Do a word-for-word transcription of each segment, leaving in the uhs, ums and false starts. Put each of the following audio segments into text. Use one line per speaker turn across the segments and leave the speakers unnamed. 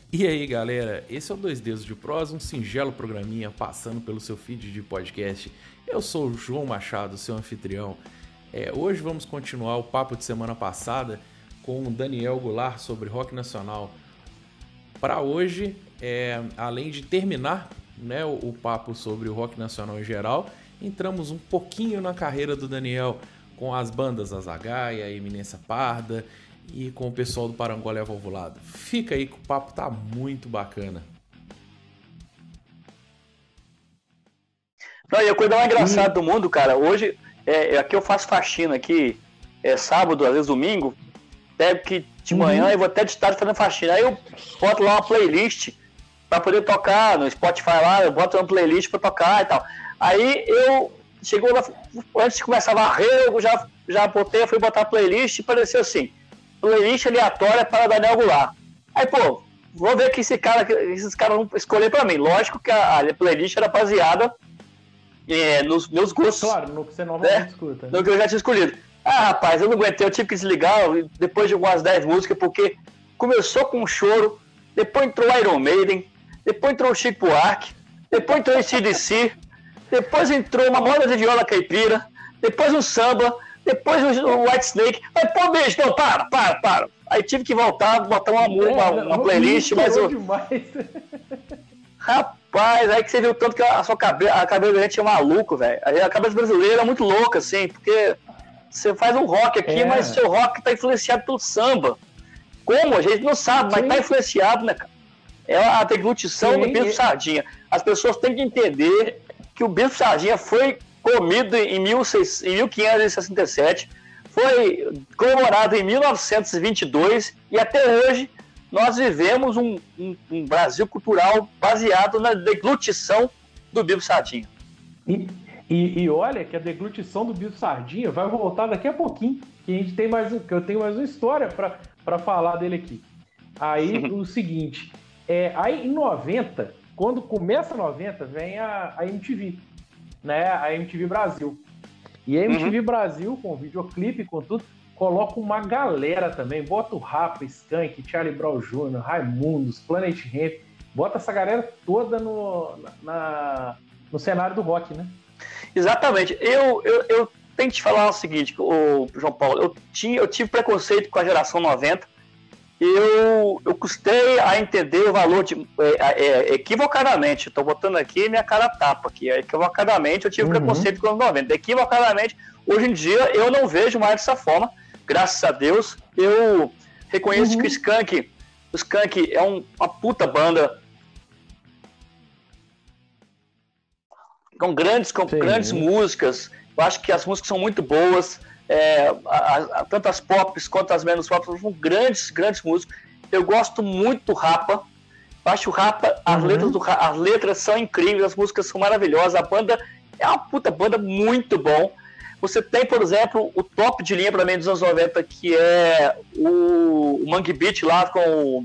E aí, galera, esse é o Dois Dedos de Prosa, um singelo programinha passando pelo seu feed de podcast. Eu sou o João Machado, seu anfitrião. É, hoje vamos continuar o papo de semana passada com o Daniel Goulart sobre rock nacional. Para hoje, é, além de terminar, né, o, o papo sobre o rock nacional em geral, entramos um pouquinho na carreira do Daniel com as bandas Azagaia, Eminência Parda e com o pessoal do Parangolé Valvulado. Fica aí que o papo tá muito bacana.
Não, e a coisa mais engraçada do mundo, cara, hoje, é, aqui eu faço faxina aqui, é sábado, às vezes domingo, pego que de manhã uhum. e vou até de tarde fazendo faxina. Aí eu boto lá uma playlist pra poder tocar no Spotify lá, eu boto uma playlist pra tocar e tal. Aí eu, chegou lá, antes de começar a varrer, eu já, já botei, fui botar a playlist e apareceu assim, playlist aleatória para Daniel Goulart. Aí, pô, vou ver que esse cara, esses caras vão escolher pra mim. Lógico que a, a playlist era baseada é, nos meus gostos.
Claro, no que você normalmente
né?
escuta. Né?
No que eu já tinha escolhido. Ah, rapaz, eu não aguentei, eu tive que desligar depois de umas dez músicas, porque começou com um choro, depois entrou o Iron Maiden, depois entrou o Chico Buarque, depois entrou o A C D C, depois entrou uma moda de viola caipira, depois um samba, depois o White Snake. Aí, pô, bicho, não, para, para, para. Aí tive que voltar, botar uma, uma, uma playlist, mas eu... Rapaz, aí que você viu tanto que a sua cabeça, a cabeça da gente é maluco, velho. Aí a cabeça brasileira é muito louca, assim, porque você faz um rock aqui, é. mas seu rock tá influenciado pelo samba. Como? A gente não sabe, mas Sim. tá influenciado, né, cara? É a deglutição Sim. do Bispo Sardinha. As pessoas têm que entender que o Bispo Sardinha foi comido em mil quinhentos e sessenta e sete, foi comemorado em mil novecentos e vinte e dois e até hoje nós vivemos um, um, um Brasil cultural baseado na deglutição do Bispo Sardinha.
E, e, e olha que a deglutição do Bispo Sardinha vai voltar daqui a pouquinho, que a gente tem mais um, que eu tenho mais uma história para falar dele aqui. Aí o seguinte, é, aí em noventa, quando começa noventa, vem a, a M T V. Né, a M T V Brasil. E a M T V uhum. Brasil, com videoclipe, com tudo, coloca uma galera também, bota o Rapa, Skank, Charlie Brown Júnior, Raimundos, Planet Hemp, bota essa galera toda no, na, no cenário do rock, né?
Exatamente. Eu, eu, eu tenho que te falar o seguinte, o João Paulo, eu, tinha, eu tive preconceito com a geração noventa, eu, eu custei a entender o valor de, é, é, equivocadamente, estou botando aqui minha cara tapa aqui, é, equivocadamente eu tive uhum. preconceito com os anos noventa, equivocadamente, hoje em dia eu não vejo mais dessa forma, graças a Deus, eu reconheço uhum. que o Skank, o Skank é um, uma puta banda, com grandes, com grandes músicas, eu acho que as músicas são muito boas, É, a, a, tanto as pops quanto as menos pop são grandes, grandes músicos. Eu gosto muito do Rapa. Eu acho o Rapa, as, uhum. letras do, as letras são incríveis, as músicas são maravilhosas. A banda é uma puta banda muito bom. Você tem, por exemplo, o top de linha para mim dos anos noventa, que é o, o Mangue Beat lá com o...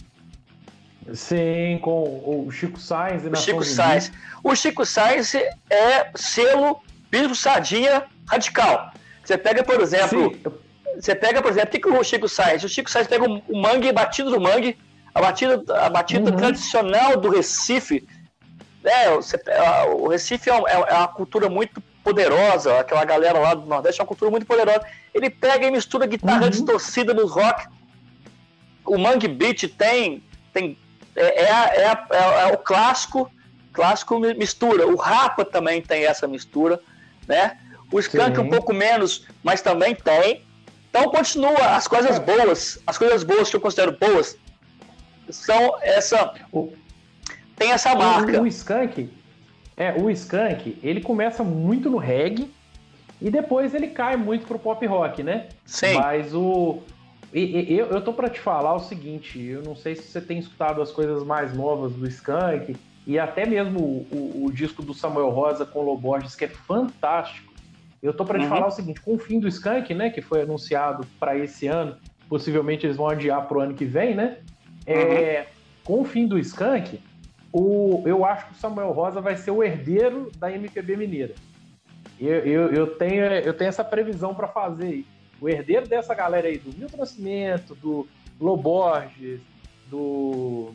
Sim, com o Chico Sainz e
o Chico Sainz. O Chico Sainz é selo Bispo Sardinha radical. Você pega, por exemplo, Sim. você pega, por exemplo, o que, que o Chico Sainz? O Chico Sainz pega o mangue, batido do mangue, a batida, a batida uhum. tradicional do Recife. É, você, o Recife é uma, é uma cultura muito poderosa, aquela galera lá do Nordeste é uma cultura muito poderosa. Ele pega e mistura guitarra uhum. distorcida nos rock. O Mangue Beat tem, tem é, é, é, é, é o clássico, clássico mistura. O Rapa também tem essa mistura, né? O Skank Sim. um pouco menos, mas também tem. Então continua, as coisas boas, as coisas boas que eu considero boas, são essa...
O,
tem essa marca.
O, o Skank, é, o Skank, ele começa muito no reggae e depois ele cai muito pro pop rock, né?
Sim.
Mas o... Eu, eu tô pra te falar o seguinte, eu não sei se você tem escutado as coisas mais novas do Skank e até mesmo o, o, o disco do Samuel Rosa com o Loborges, que é fantástico. Eu tô para te uhum. falar o seguinte, com o fim do Skank, né, que foi anunciado para esse ano, possivelmente eles vão adiar pro ano que vem, né? Uhum. É, com o fim do Skank, o, eu acho que o Samuel Rosa vai ser o herdeiro da M P B mineira. Eu, eu, eu, tenho, eu tenho essa previsão para fazer. O herdeiro dessa galera aí, do Milton Nascimento, do Loborges, do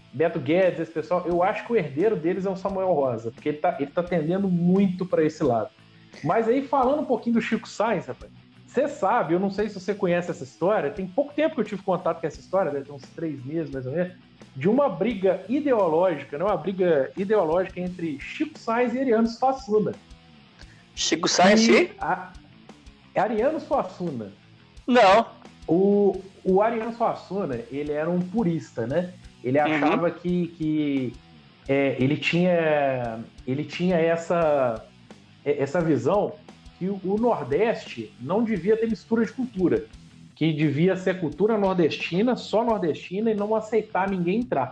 Beto Guedes, esse pessoal, eu acho que o herdeiro deles é o Samuel Rosa, porque ele tá, ele tá tendendo muito para esse lado. Mas aí, falando um pouquinho do Chico Sainz, rapaz, você sabe, eu não sei se você conhece essa história, tem pouco tempo que eu tive contato com essa história, deve ter uns três meses mais ou menos, de uma briga ideológica, né? Uma briga ideológica entre Chico Sainz e Ariano Suassuna.
Chico Sainz e...
A... Ariano Suassuna.
Não.
O, o Ariano Suassuna, ele era um purista, né? Ele achava uhum. que, que é, ele tinha, ele tinha essa, essa visão que o, o Nordeste não devia ter mistura de cultura, que devia ser cultura nordestina, só nordestina, e não aceitar ninguém entrar.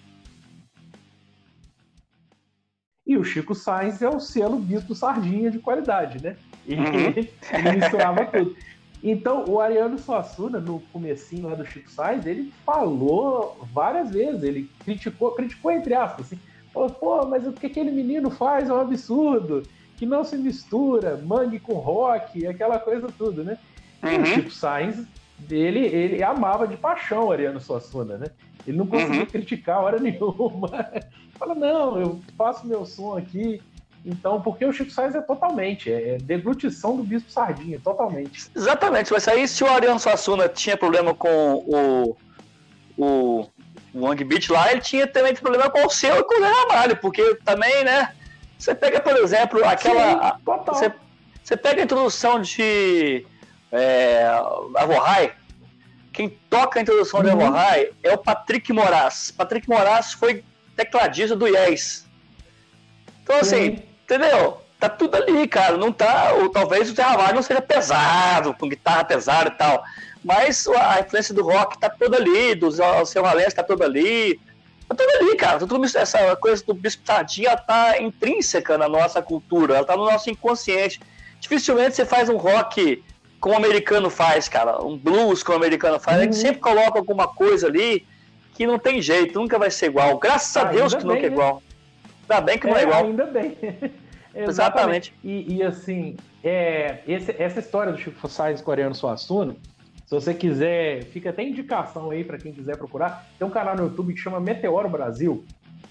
E o Chico Sainz é o selo Bispo Sardinha de qualidade, né? Ele, uhum. ele misturava tudo. Então, o Ariano Suassuna, no comecinho lá do Chico Sainz, ele falou várias vezes, ele criticou, criticou entre aspas, assim, falou, pô, mas o que aquele menino faz é um absurdo, que não se mistura mangue com rock, aquela coisa tudo, né? Uhum. E o Chico Sainz, ele, ele amava de paixão o Ariano Suassuna, né? Ele não conseguia uhum. criticar hora nenhuma. Fala, não, eu faço meu som aqui. Então, porque o Chico Sainz é totalmente, é deglutição do Bispo Sardinha, totalmente.
Exatamente, mas aí se o Ariano Suassuna tinha problema com o, o, o Long Beach lá, ele tinha também problema com o seu e com o Zé Ramalho, porque também, né, você pega, por exemplo, aquela... Sim, total. Você, você pega a introdução de é, Avohai, quem toca a introdução uhum. de Avohai é o Patrick Moraes. Patrick Moraes foi tecladista do Yes. Então, assim, Sim. entendeu? Tá tudo ali, cara. Não tá, ou talvez o Zé Ramalho não seja pesado, com guitarra pesada e tal. Mas a influência do rock tá toda ali, do Seu Valença tá toda ali. Tá tudo ali, cara. Tudo, essa coisa do Bispo Sardinha tá intrínseca na nossa cultura, ela tá no nosso inconsciente. Dificilmente você faz um rock como o americano faz, cara. Um blues como o americano faz. Uhum. A gente sempre coloca alguma coisa ali que não tem jeito, nunca vai ser igual. Graças a Deus que nunca é igual. Ainda bem que não é, é igual.
Ainda bem. Exatamente. E, e assim, é, esse, essa história do Chico Sainz com o Ariano Suassuna, se você quiser, fica até indicação aí para quem quiser procurar. Tem um canal no YouTube que chama Meteoro Brasil.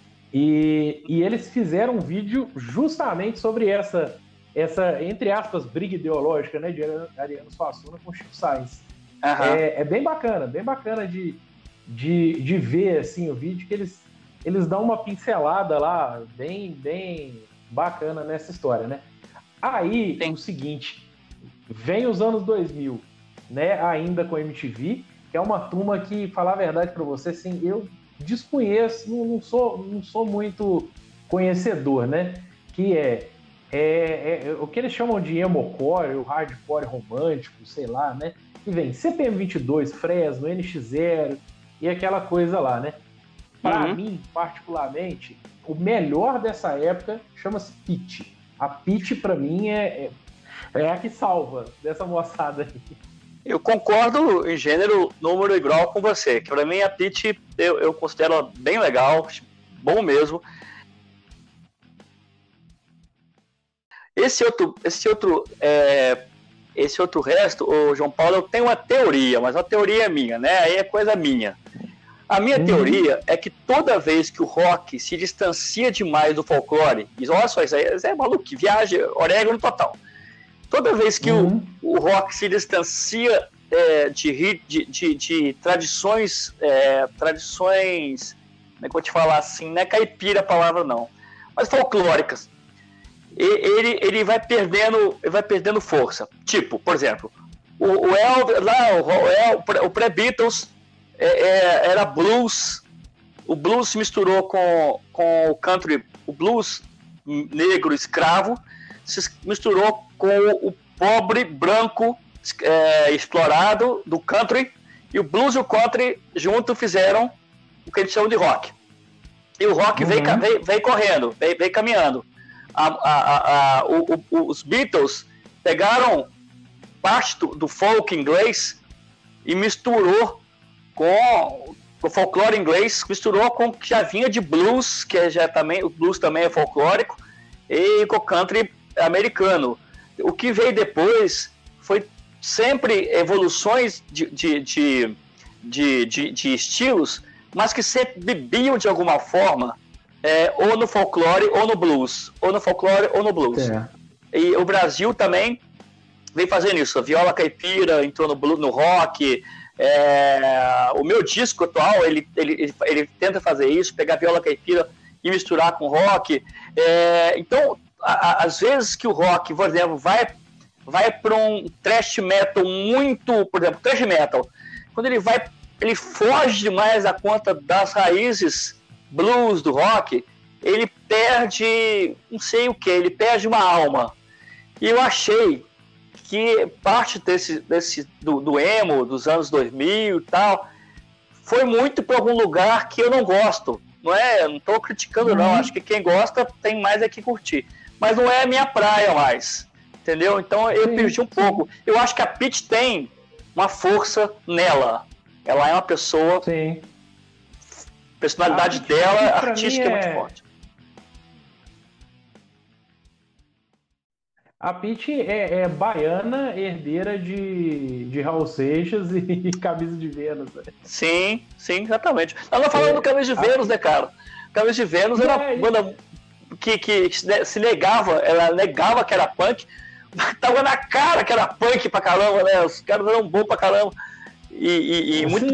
E, e eles fizeram um vídeo justamente sobre essa, essa, entre aspas, briga ideológica, né, de Ariano Suassuna com o Chico Sainz. Uhum. É, é bem bacana, bem bacana de, de, de ver assim, o vídeo que eles. Eles dão uma pincelada lá, bem, bem bacana nessa história, né? Aí, Sim. o seguinte, vem os anos dois mil, né? Ainda com a M T V, que é uma turma que, falar a verdade pra você, assim, eu desconheço, não, não, sou, não sou muito conhecedor, né? Que é, é, é o que eles chamam de emocore, o hardcore romântico, sei lá, né? E vem C P M vinte e dois, Fresno, N X zero e aquela coisa lá, né? Para uhum. mim, particularmente, o melhor dessa época chama-se Pitty. A Pitty, para mim, é, é, é a que salva dessa moçada aí.
Eu concordo em gênero, número e grau com você, que para mim a Pitty eu, eu considero ela bem legal, bom mesmo. Esse outro, esse outro, é, esse outro resto, o João Paulo, eu tenho uma teoria, mas a teoria é minha, né? Aí é coisa minha. A minha hum. teoria é que toda vez que o rock se distancia demais do folclore, e olha só, isso aí é maluco, viagem, orégano total. Toda vez que hum. o, o rock se distancia é, de, de, de, de tradições, é, tradições, como é que eu vou te falar assim, não é caipira a palavra não, mas folclóricas, e, ele, ele vai perdendo, ele vai perdendo força. Tipo, por exemplo, o, o Elvis, lá, o, o pré-Beatles, É, é, era blues, o blues se misturou com, com o country, o blues negro escravo se misturou com o, o pobre branco é, explorado do country, e o blues e o country junto fizeram o que eles chamam de rock. E o rock uhum. veio, veio, veio correndo, veio, veio caminhando. A, a, a, a, o, o, os Beatles pegaram parte do, do folk inglês e misturou com o folclore inglês, misturou com o que já vinha de blues, que já também, o blues também é folclórico, e com o country americano. O que veio depois foi sempre evoluções de, de, de, de, de, de estilos mas que sempre bebiam de alguma forma, é, ou no folclore ou no blues, ou no folclore ou no blues. É. E o Brasil também vem fazendo isso. A viola caipira entrou no, blues, no rock. É, o meu disco atual, ele, ele, ele, ele tenta fazer isso, pegar a viola caipira e misturar com rock. É, então, a, a, às vezes que o rock, por exemplo, vai, vai para um thrash metal muito... Por exemplo, thrash metal, quando ele vai, ele foge demais da conta das raízes blues do rock, ele perde, não sei o que, ele perde uma alma. E eu achei que parte desse, desse do, do emo dos anos dois mil e tal foi muito para algum lugar que eu não gosto. Não é, não estou criticando, não. Acho que quem gosta tem mais é que curtir. Mas não é a minha praia mais. Entendeu? Então eu sim, perdi um sim. pouco. Eu acho que a Pitty tem uma força nela. Ela é uma pessoa. Sim. A personalidade a dela, artística, é... é muito forte.
A Pitty é, é baiana, herdeira de, de Raul Seixas e Camisa de Vênus. Né?
Sim, sim, exatamente. Nós não falamos é, do Camisa de Vênus, a... né, cara? Camisa de Vênus era é, uma banda que, que se negava, ela negava que era punk, mas tava na cara que era punk pra caramba, né? Os caras eram bons pra caramba. E, e, e muito,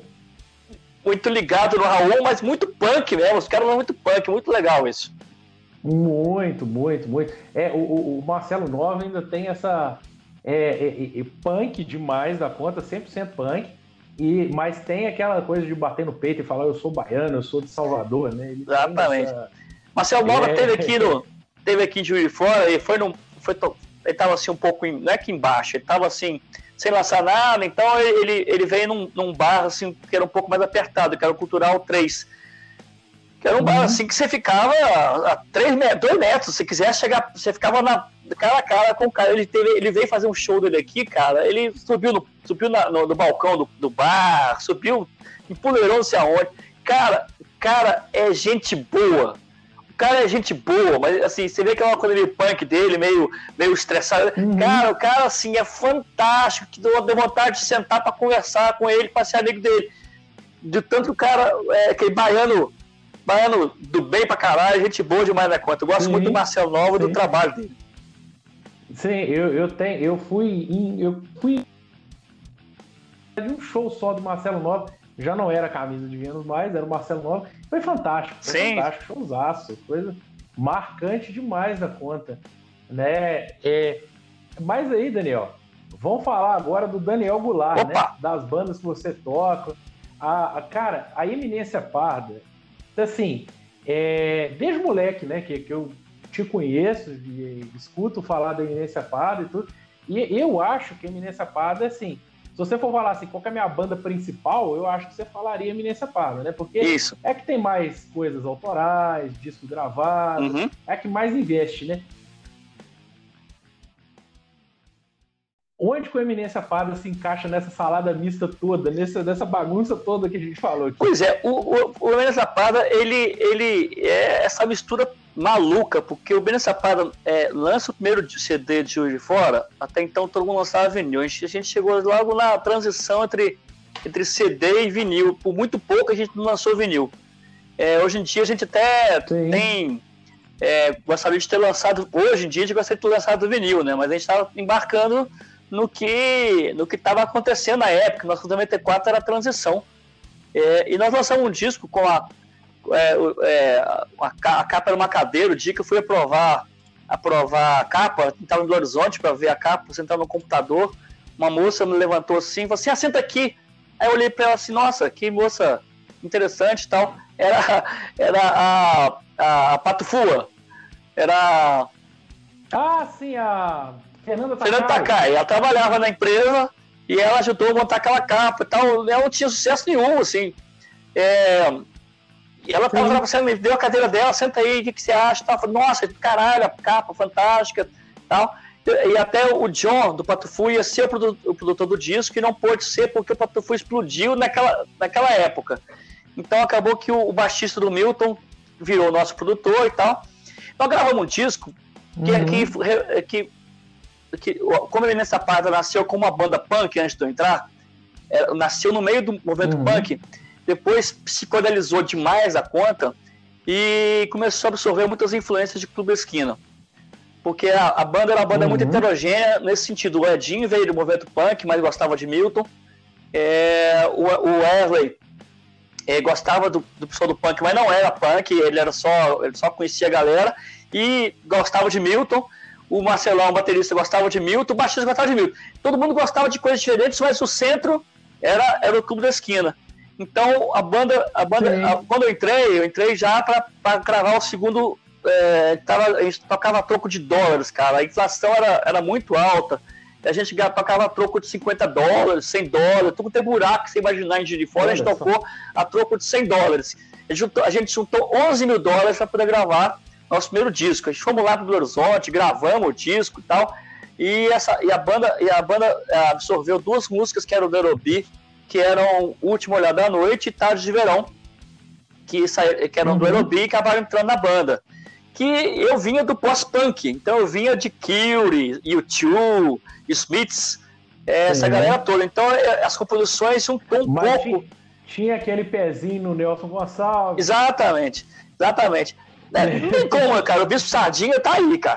muito ligado no Raul, mas muito punk mesmo. Os caras eram muito punk, muito legal isso.
Muito, muito, muito. É, o, o Marcelo Nova ainda tem essa é, é, é, punk demais da conta, cem por cento punk, e, mas tem aquela coisa de bater no peito e falar eu sou baiano, eu sou de Salvador, né? Ele
exatamente. Essa... Marcelo Nova é... teve aqui no, teve aqui em Juiz de Fora, e foi num, foi, ele tava assim um pouco, não é que embaixo, ele tava assim, sem lançar nada, então ele, ele veio num, num bar assim, que era um pouco mais apertado, que era o Cultural três. Que era um bar assim que você ficava a três metros, dois metros, se quisesse chegar, você ficava na cara a cara com o cara. Ele, teve, ele veio fazer um show dele aqui, cara, ele subiu no, subiu na, no, no balcão do, do bar, subiu, empoleirou não sei aonde. Cara, cara é gente boa. O cara é gente boa, mas assim, você vê aquela coisa meio punk dele, meio, meio estressado. Uhum. Cara, o cara assim é fantástico, que deu vontade de sentar pra conversar com ele, pra ser amigo dele. De tanto que o cara, é, aquele baiano. Baiano do bem pra caralho, gente boa demais na conta. Eu gosto sim, muito do Marcelo Nova e do trabalho dele.
Sim, eu, eu, tenho, eu fui em, eu fui em um show só do Marcelo Nova, já não era Camisa de Vênus mais, era o Marcelo Nova. Foi fantástico, foi sim. fantástico, showzaço, coisa marcante demais da conta. Né? É, mas aí, Daniel, vamos falar agora do Daniel Goulart, né? Das bandas que você toca. A, a, cara, a Eminência Parda, assim, é, desde moleque, né, que, que eu te conheço e escuto falar da Eminência Parda e tudo, e eu acho que a Eminência Parda, assim, se você for falar assim, qual que é a minha banda principal, eu acho que você falaria Eminência Parda, né, porque
isso.
É que tem mais coisas autorais, disco gravado, uhum. É que mais investe, né. Onde que o Eminência Parda se encaixa nessa salada mista toda, nessa, nessa bagunça toda que a gente falou aqui?
Pois é, o, o, o Eminência Parda, ele, ele é essa mistura maluca, porque o Eminência Parda é, lança o primeiro C D de Juiz de Fora, até então todo mundo lançava vinil, a gente, a gente chegou logo na transição entre, entre C D e vinil, por muito pouco a gente não lançou vinil. É, hoje em dia a gente até sim. tem... É, gostaria de ter lançado, hoje em dia a gente gostaria de ter lançado vinil, né? Mas a gente estava embarcando no que no que estava acontecendo na época. Nosso noventa e quatro era a transição. É, e nós lançamos um disco com a, é, é, a, a capa era uma cadeira. O dia que eu fui aprovar, aprovar a capa, estava em Belo Horizonte para ver a capa, sentado no computador, uma moça me levantou assim e falou assim, ah, senta aqui. Aí eu olhei para ela assim, nossa, que moça interessante e tal. Era, era a, a, a Patufua. Era...
Ah, sim, a... Fernanda Takai.
Fernanda Takai, ela trabalhava na empresa e ela ajudou a montar aquela capa e tal. Ela não tinha sucesso nenhum, assim. É... E ela tava você me deu a cadeira dela, senta aí, o que, que você acha? Tal. Falei, nossa, caralho, a capa fantástica tal. E até o John, do Patufu, ia ser o produtor, o produtor do disco, e não pôde ser porque o Patufu explodiu naquela, naquela época. Então acabou que o, o baixista do Milton virou nosso produtor e tal. Nós gravamos um disco que, uhum. que, que, que como a Eminência Parda nasceu como uma banda punk antes de eu entrar, é, nasceu no meio do movimento uhum. punk, depois psicodelizou demais a conta e começou a absorver muitas influências de Clube da Esquina. Porque a, a banda era uma banda uhum. muito heterogênea nesse sentido. O Edinho veio do movimento punk, mas gostava de Milton. É, o, o Wesley é, gostava do, do pessoal do punk, mas não era punk, ele, era só, ele só conhecia a galera e gostava de Milton. O Marcelão, o baterista, gostava de Milton, o baixista gostava de Milton. Todo mundo gostava de coisas diferentes, mas o centro era, era o Clube da Esquina. Então, a banda, a banda a, quando eu entrei, eu entrei já para gravar o segundo. É, tava, a gente tocava a troco de dólares, cara. A inflação era, era muito alta. A gente tocava a troco de cinquenta dólares, cem dólares, tudo tem buraco que você imaginar em Juiz de Fora. A gente tocou a troco de cem dólares. A gente juntou, a gente juntou onze mil dólares para poder gravar nosso primeiro disco. A gente fomos lá para o Belo Horizonte, gravamos o disco e tal. E, essa, e, a, banda, e a banda absorveu duas músicas que eram do Aerobi, que eram Última Olhada da Noite e Tarde de Verão, que, saí, que eram uhum. do Aerobi e acabaram entrando na banda. Que eu vinha do pós-punk, então eu vinha de Cure, U dois, Smiths, essa uhum. galera toda. Então as composições um, um
Mas
pouco...
Tinha, tinha aquele pezinho no Nelson Gonçalves.
Exatamente, exatamente. É, não tem como, cara, o Bispo Sardinha tá aí, cara.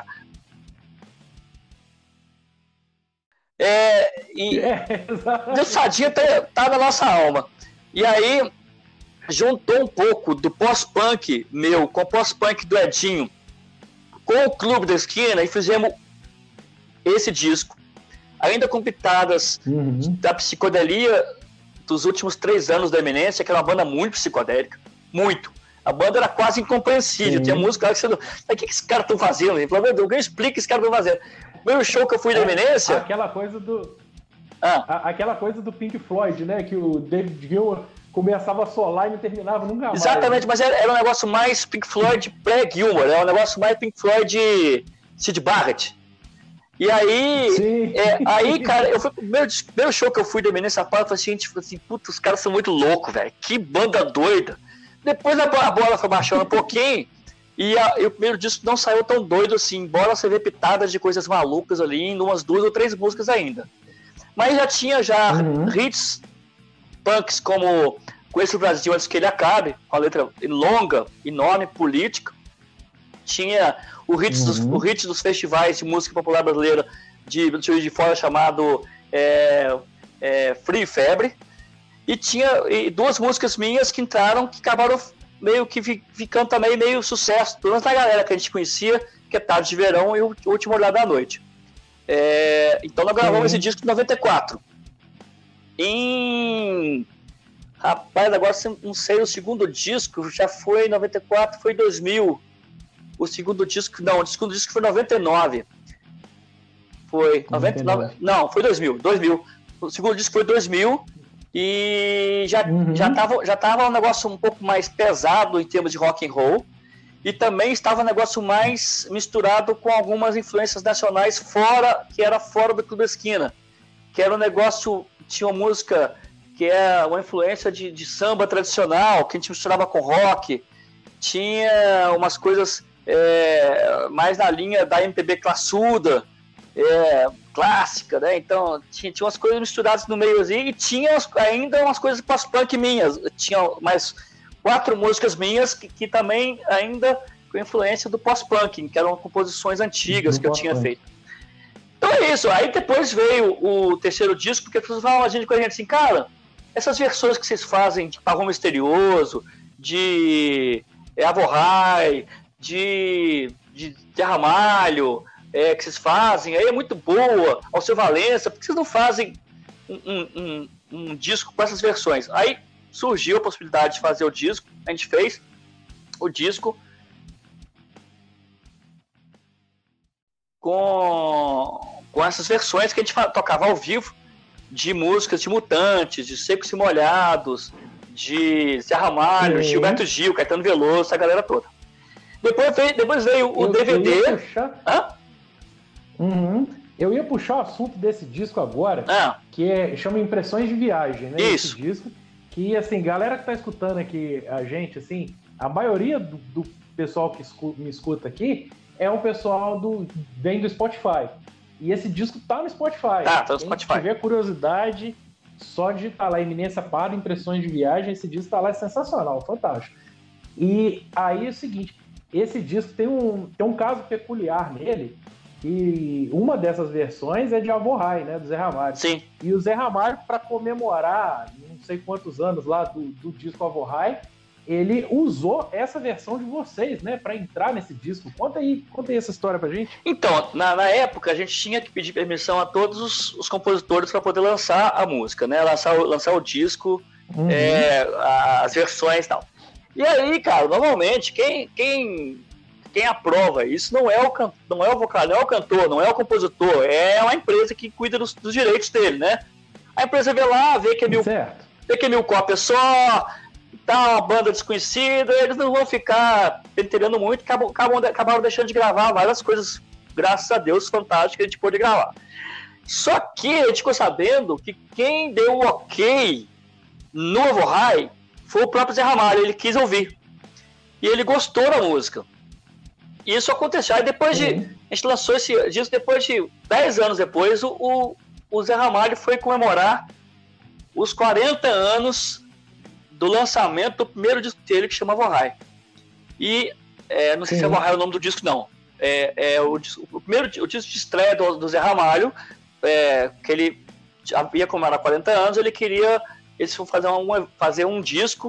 É, e é, o Bispo Sardinha tá, tá na nossa alma. E aí... juntou um pouco do pós-punk meu com o pós-punk do Edinho com o Clube da Esquina e fizemos esse disco, ainda com pitadas uhum. da psicodelia dos últimos três anos da Eminência, que era uma banda muito psicodélica, muito. A banda era quase incompreensível, tinha música que você não... O que esses caras estão fazendo? Pelo amor de Deus, alguém explica o que esses caras estão fazendo. O primeiro show que eu fui da Eminência...
Aquela coisa do... Ah. A, aquela coisa do Pink Floyd, né? Que o David Gilmour começava a solar e não terminava nunca mais.
Exatamente, mas era, era um negócio mais Pink Floyd pré-Gilmour, era um negócio mais Pink Floyd Syd Barrett. E aí, é, aí cara, eu fui, o primeiro, primeiro show que eu fui da Eminência Park, eu falei assim, gente, assim, puta, os caras são muito loucos, velho, que banda doida. Depois a, a bola foi baixando um pouquinho, e, a, e o primeiro disco não saiu tão doido assim, embora você vê pitadas de coisas malucas ali, em umas duas ou três músicas ainda. Mas já tinha já uhum. hits punks como Conheço o Brasil Antes Que Ele Acabe, uma letra longa, enorme, política. Tinha o hits, uhum. dos, o hits dos festivais de música popular brasileira de Juiz de Fora chamado é, é, Frio e Febre. E tinha e duas músicas minhas que entraram, que acabaram meio que ficando também meio sucesso, pelo menos na galera que a gente conhecia, que é Tarde de Verão e o Última Olhada da Noite. É, então nós gravamos uhum. esse disco em noventa e quatro. Em... Rapaz, agora não sei, o segundo disco já foi em noventa e quatro, foi em dois mil. O segundo disco, não, o segundo disco foi em noventa e nove. Foi noventa e nove, noventa e nove. Não, foi dois mil, dois mil. O segundo disco foi dois mil e já, uhum. já, tava, já tava um negócio um pouco mais pesado em termos de rock and roll. E também estava um negócio mais misturado com algumas influências nacionais fora, que era fora do Clube da Esquina. Que era um negócio, tinha uma música que é uma influência de, de samba tradicional, que a gente misturava com rock. Tinha umas coisas é, mais na linha da M P B classuda, é, clássica, né? Então tinha, tinha umas coisas misturadas no meio assim, e tinha ainda umas coisas pós-punk minhas. Tinha mais quatro músicas minhas que, que também ainda com influência do pós-punk, que eram composições antigas do que eu tinha feito. Então é isso. Aí depois veio o terceiro disco, porque as pessoas falavam a gente com a gente assim, cara, essas versões que vocês fazem de Pavão Misterioso, de é, Avorrai, de, de, de Ramalho, é, que vocês fazem, aí é muito boa, Alceu Valença, por que vocês não fazem um, um, um, um disco com essas versões? Aí surgiu a possibilidade de fazer o disco, a gente fez o disco com, com essas versões que a gente tocava ao vivo de músicas de Mutantes, de Secos e Molhados, de Zé Ramalho, uhum. Gilberto Gil, Caetano Veloso, essa galera toda. Depois veio, depois veio o eu, D V D. Eu ia puxar...
Hã? Uhum. Eu ia puxar o assunto desse disco agora, ah. que é, chama Impressões de Viagem, né?
Isso.
Esse disco. Que, assim, galera que tá escutando aqui a gente, assim, a maioria do, do pessoal que escuta, me escuta aqui é um pessoal do vem do Spotify. E esse disco tá no Spotify.
Tá, tá no Spotify.
Se tiver curiosidade, Só digitar lá Eminência Parra, Impressões de Viagem, esse disco tá lá, é sensacional, fantástico. E aí é o seguinte, esse disco tem um, tem um caso peculiar nele, e uma dessas versões é de Avohai, né, do Zé Ramalho.
Sim.
E o Zé Ramalho, para comemorar não sei quantos anos lá do, do disco Avohai, ele usou essa versão de vocês, né, para entrar nesse disco. Conta aí, conta aí essa história pra gente.
Então, na, na época, a gente tinha que pedir permissão a todos os, os compositores para poder lançar a música, né, lançar, lançar o disco, uhum. é, as versões e tal. E aí, cara, normalmente, quem, quem, quem aprova isso não é, o can, não é o vocal, não é o cantor, não é o compositor, é uma empresa que cuida dos, dos direitos dele, né? A empresa vê lá, vê que é mil, vê que é mil cópias só, tá uma banda desconhecida, eles não vão ficar pentelhando muito, acabam, acabam, acabaram deixando de gravar várias coisas, graças a Deus, fantásticas, que a gente pôde gravar. Só que a gente ficou sabendo que quem deu o ok no Avohai foi o próprio Zé Ramalho, ele quis ouvir. E ele gostou da música. E isso aconteceu. Aí depois de... Uhum. A gente lançou esse disco depois de dez anos depois, o, o, o Zé Ramalho foi comemorar os quarenta anos do lançamento do primeiro disco dele, que chama Avohai. E é, não sei Sim. se Avohai é o nome do disco, não. É, é o, o primeiro o disco de estreia do, do Zé Ramalho, é, que ele havia comemorar quarenta anos, ele queria... Eles vão fazer um, fazer um disco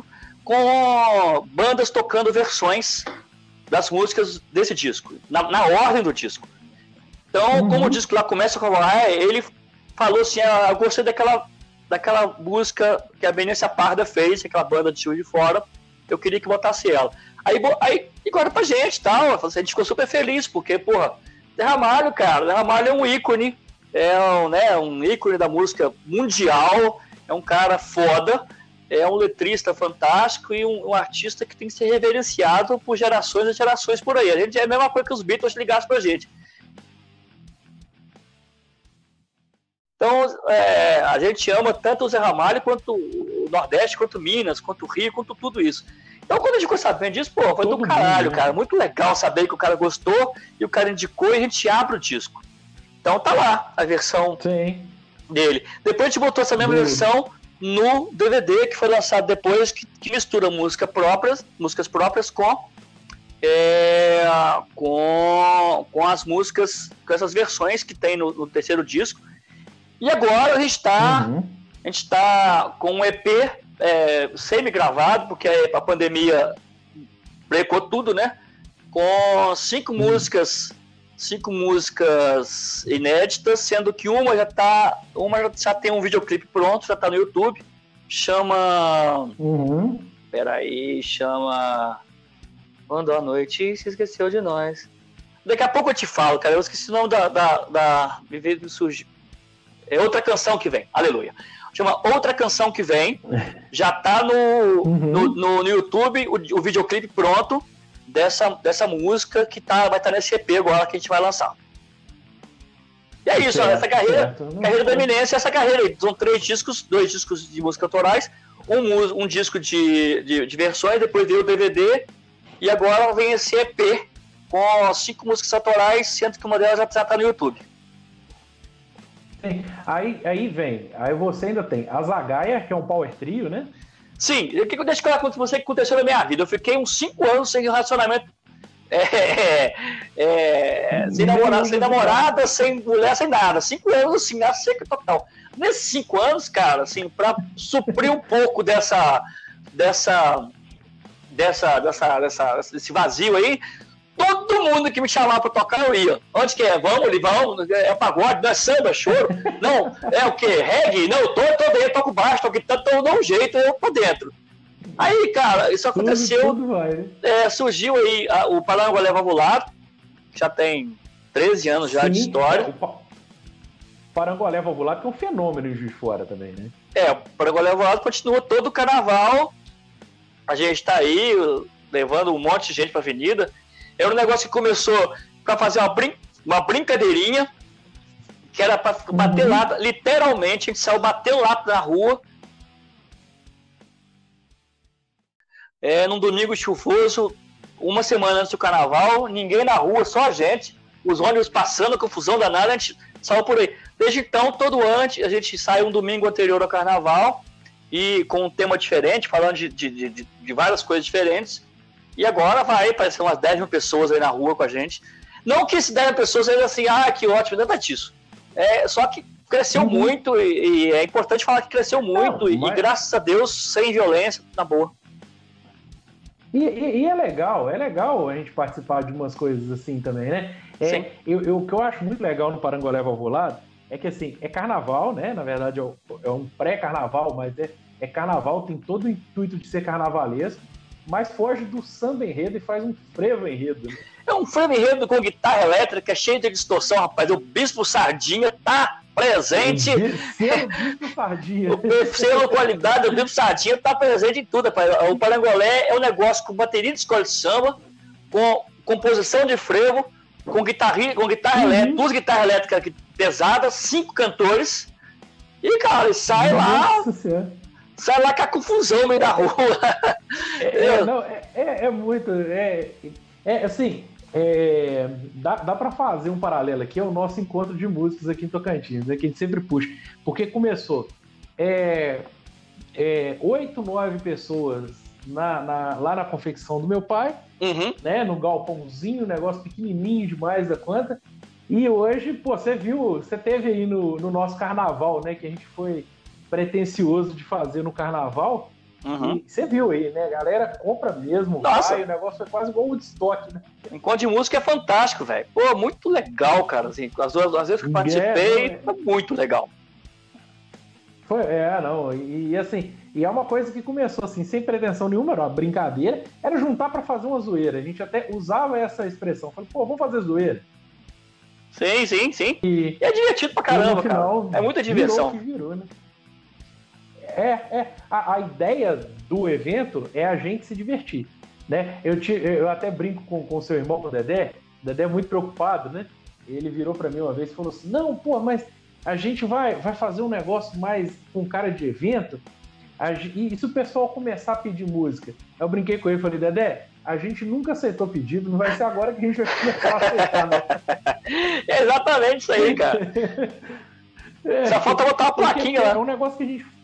com bandas tocando versões das músicas desse disco, na, na ordem do disco. Então, uhum. como o disco lá começa com a ele falou assim, ah, eu gostei daquela, daquela música que a Eminência Parra fez, aquela banda de Juiz de Fora, eu queria que botasse ela. Aí, aí agora pra gente, tal, a gente ficou super feliz, porque, porra, Zé Ramalho, cara, Zé Ramalho é um ícone, é um, né, um ícone da música mundial, é um cara foda, é um letrista fantástico e um, um artista que tem que ser reverenciado por gerações e gerações por aí. A gente é a mesma coisa que os Beatles ligassem pra gente. Então, é, a gente ama tanto o Zé Ramalho quanto o Nordeste, quanto Minas, quanto o Rio, quanto tudo isso. Então, quando a gente ficou sabendo disso, pô, foi Todo do caralho, mundo, cara. Muito legal saber que o cara gostou e o cara indicou e a gente abre o disco. Então tá lá a versão Sim. dele. Depois a gente botou essa mesma Sim. versão no D V D que foi lançado depois, que, que mistura música próprias, músicas próprias com, é, com, com as músicas, com essas versões que tem no, no terceiro disco. E agora a gente está uhum. a gente tá com um E P é, semi-gravado, porque a pandemia brecou tudo, né? Com cinco uhum. músicas cinco músicas inéditas, sendo que uma já tá, uma já, já tem um videoclipe pronto, já tá no YouTube, chama uhum. peraí, chama Quando a Noite Se Esqueceu de Nós. Daqui a pouco eu te falo, cara, eu esqueci o nome da, da, da... me veio surgir. É Outra Canção Que Vem, aleluia. Chama Outra Canção Que Vem, já tá no, uhum. no, no, no YouTube, o, o videoclipe pronto, Dessa, dessa música que tá, vai estar tá nesse E P agora que a gente vai lançar. E é isso, certo, ó, essa carreira, carreira da Eminência, essa carreira aí. São três discos, dois discos de música autorais, um, um disco de, de, de versões, depois veio o D V D, e agora vem esse E P com cinco músicas autorais, sendo que uma delas já está no YouTube.
Aí, aí vem, aí você ainda tem a Zagaia, que é um power trio, né?
Sim, o que eu deixo falar com você que aconteceu na minha vida? Eu fiquei uns cinco anos sem relacionamento, é, é, sem, namorada, sem namorada, sem mulher, sem nada. Cinco anos assim, na seca total. Nesses cinco anos, cara, assim, pra suprir um pouco dessa, dessa, dessa, dessa, dessa, desse vazio aí, todo mundo que me chamava pra tocar, eu ia. Onde que é? Vamos, ali, vamos. É pagode, não é samba, choro. Não, é o quê? Reggae? Não, eu tô, eu tô dentro, toco baixo, toco guitarra, tô de um jeito, eu tô dentro. Aí, cara, isso aconteceu. Tudo, tudo vai, né? é, surgiu aí a, o Parangolé Valvulado, que já tem treze anos já Sim, de história.
É, o pa Parangolé Valvulado, que é um fenômeno em Juiz de Fora também, né?
É, o Parangolé Valvulado continua todo o carnaval. A gente tá aí levando um monte de gente pra avenida. Era um negócio que começou para fazer uma, brin uma brincadeirinha, que era para bater uhum. lata, literalmente, a gente saiu bater lata na rua. É, num domingo chuvoso, uma semana antes do carnaval, ninguém na rua, só a gente. os ônibus passando, confusão danada, a gente saiu por aí. Desde então, todo ano, a gente sai um domingo anterior ao carnaval, e com um tema diferente, falando de, de, de, de várias coisas diferentes, e agora vai aparecer umas dez mil pessoas aí na rua com a gente. Não que esses dez mil pessoas sejam assim, ah, que ótimo, nada disso. É, só que cresceu uhum. muito, e, e é importante falar que cresceu muito, não, mas... e graças a Deus, sem violência, na boa.
E, e, e é legal, é legal a gente participar de umas coisas assim também, né? É, eu, eu, o que eu acho muito legal no Parangolé Valvulado é que, assim, é carnaval, né? Na verdade, é, é um pré-carnaval, mas é, é carnaval, tem todo o intuito de ser carnavalesco, mas foge do samba enredo e faz um frevo enredo. Né?
É um frevo enredo com guitarra elétrica, cheio de distorção, rapaz. O Bispo Sardinha tá presente.
Selo Bispo Sardinha.
O selo qualidade do Bispo Sardinha tá presente em tudo, rapaz. O Parangolé é um negócio com bateria de escola de samba, com composição de frevo, com guitarra, com guitarra uhum. elétrica, duas guitarras elétricas pesadas, cinco cantores. E, cara, sai
Nossa
lá.
Senhora.
Sai lá com a confusão no meio da rua.
É, é, não, é, é, é muito. É, é assim. É, dá dá para fazer um paralelo aqui, é o nosso encontro de músicos aqui em Tocantins, né, que a gente sempre puxa, porque começou é, é, oito, nove pessoas na, na, lá na confecção do meu pai,
uhum.
né, no galpãozinho, negócio pequenininho demais da conta, e hoje, pô, você viu, você teve aí no, no nosso carnaval, né, que a gente foi pretencioso de fazer no carnaval.
Uhum.
E você viu aí, né? A galera compra mesmo,
Nossa.
Vai, o negócio é quase igual o Woodstock, né?
Enquanto de música é fantástico, velho. Pô, muito legal, cara. Assim, as, duas, as vezes que eu participei, é, foi muito legal.
Foi, é, não. E, e assim, e é uma coisa que começou assim, sem pretensão nenhuma, era uma brincadeira, era juntar pra fazer uma zoeira. A gente até usava essa expressão. Falei, pô, vamos fazer zoeira.
Sim, sim, sim. E, e é divertido pra caramba, final, cara. É muita diversão.
Virou que virou, né? É, é. A, a ideia do evento é a gente se divertir, né? Eu, te, eu até brinco com o seu irmão, com o Dedé. O Dedé é muito preocupado, né? Ele virou pra mim uma vez e falou assim, não, pô, mas a gente vai, vai fazer um negócio mais com cara de evento, a, e, e se o pessoal começar a pedir música? Eu brinquei com ele e falei, Dedé, a gente nunca aceitou pedido, não vai ser agora que a gente vai começar a aceitar, não.
É exatamente isso aí, cara. É, só falta botar uma plaquinha lá.
É um negócio que a gente...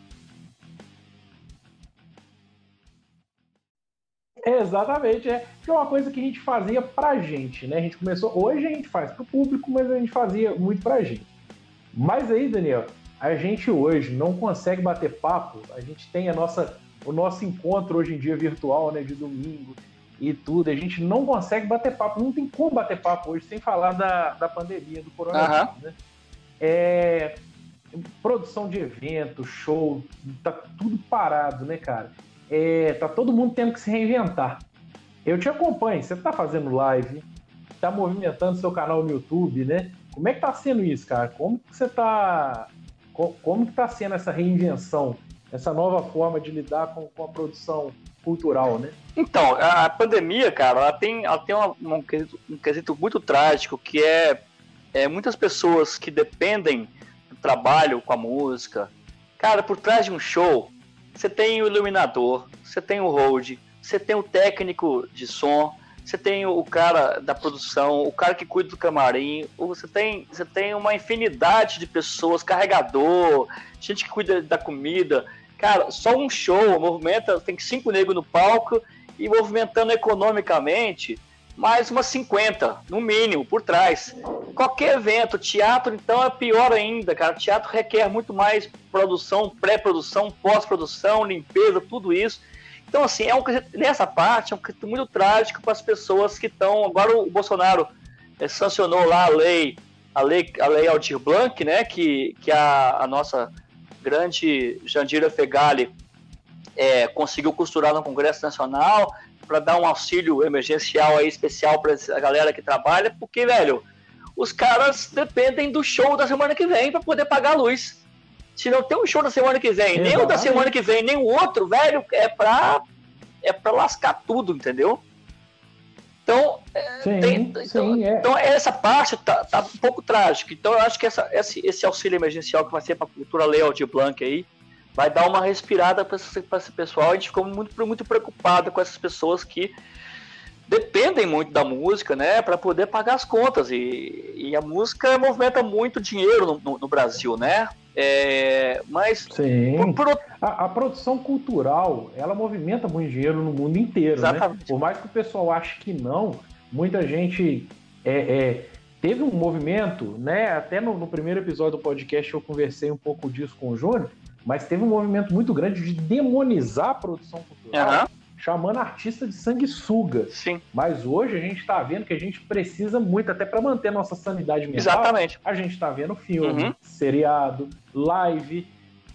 É, exatamente, é. Que é uma coisa que a gente fazia pra gente, né? A gente começou... Hoje a gente faz pro público, mas a gente fazia muito pra gente. Mas aí, Daniel, a gente hoje não consegue bater papo, a gente tem a nossa, o nosso encontro hoje em dia virtual, né, de domingo e tudo, a gente não consegue bater papo, não tem como bater papo hoje sem falar da, da pandemia, do coronavírus, uhum. né? É, produção de evento, show, tá tudo parado, né, cara? É, tá todo mundo tendo que se reinventar. Eu te acompanho, você tá fazendo live, tá movimentando seu canal no YouTube, né? Como é que tá sendo isso, cara? Como que você tá... Como que tá sendo essa reinvenção, essa nova forma de lidar com, com a produção cultural, né?
Então, a pandemia, cara, ela tem, ela tem uma, um, quesito, um quesito muito trágico, que é, é muitas pessoas que dependem do trabalho com a música. Cara, por trás de um show, você tem o iluminador, você tem o hold, você tem o técnico de som, você tem o cara da produção, o cara que cuida do camarim, você tem, você tem uma infinidade de pessoas, carregador, gente que cuida da comida. Cara, só um show movimenta, tem cinco negros no palco e movimentando economicamente mais umas cinquenta, no mínimo, por trás. Qualquer evento, teatro, então, é pior ainda, cara. Teatro requer muito mais produção, pré-produção, pós-produção, limpeza, tudo isso. Então, assim, é um, nessa parte é um quesito muito trágico para as pessoas que estão... Agora o Bolsonaro é, sancionou lá a lei, a lei, a lei Aldir Blanc, né, que, que a, a nossa grande Jandira Fegali é, conseguiu costurar no Congresso Nacional para dar um auxílio emergencial aí especial para a galera que trabalha, porque, velho, os caras dependem do show da semana que vem para poder pagar a luz. Se não tem um show da semana que vem, nem o da semana que vem, nem o outro, velho, é pra, é pra lascar tudo, entendeu? Então,
sim,
tem,
sim,
então,
é.
então essa parte tá, tá um pouco trágica. Então eu acho que essa, esse, esse auxílio emergencial que vai ser pra cultura Lei Aldir Blanc aí, vai dar uma respirada para esse, esse pessoal. A gente ficou muito, muito preocupado com essas pessoas que dependem muito da música, né, para poder pagar as contas, e, e a música movimenta muito dinheiro no, no, no Brasil, né? É, mas
Sim. Por, por... A, a produção cultural, ela movimenta muito dinheiro no mundo inteiro, Exatamente. Né? Por mais que o pessoal ache que não, muita gente é, é, teve um movimento, né? Até no, no primeiro episódio do podcast eu conversei um pouco disso com o Júnior, mas teve um movimento muito grande de demonizar a produção cultural, uhum. chamando artista de sanguessuga.
Sim.
Mas hoje a gente está vendo que a gente precisa muito, até para manter nossa sanidade mental.
Exatamente.
A gente está vendo filme,
uhum.
seriado, live.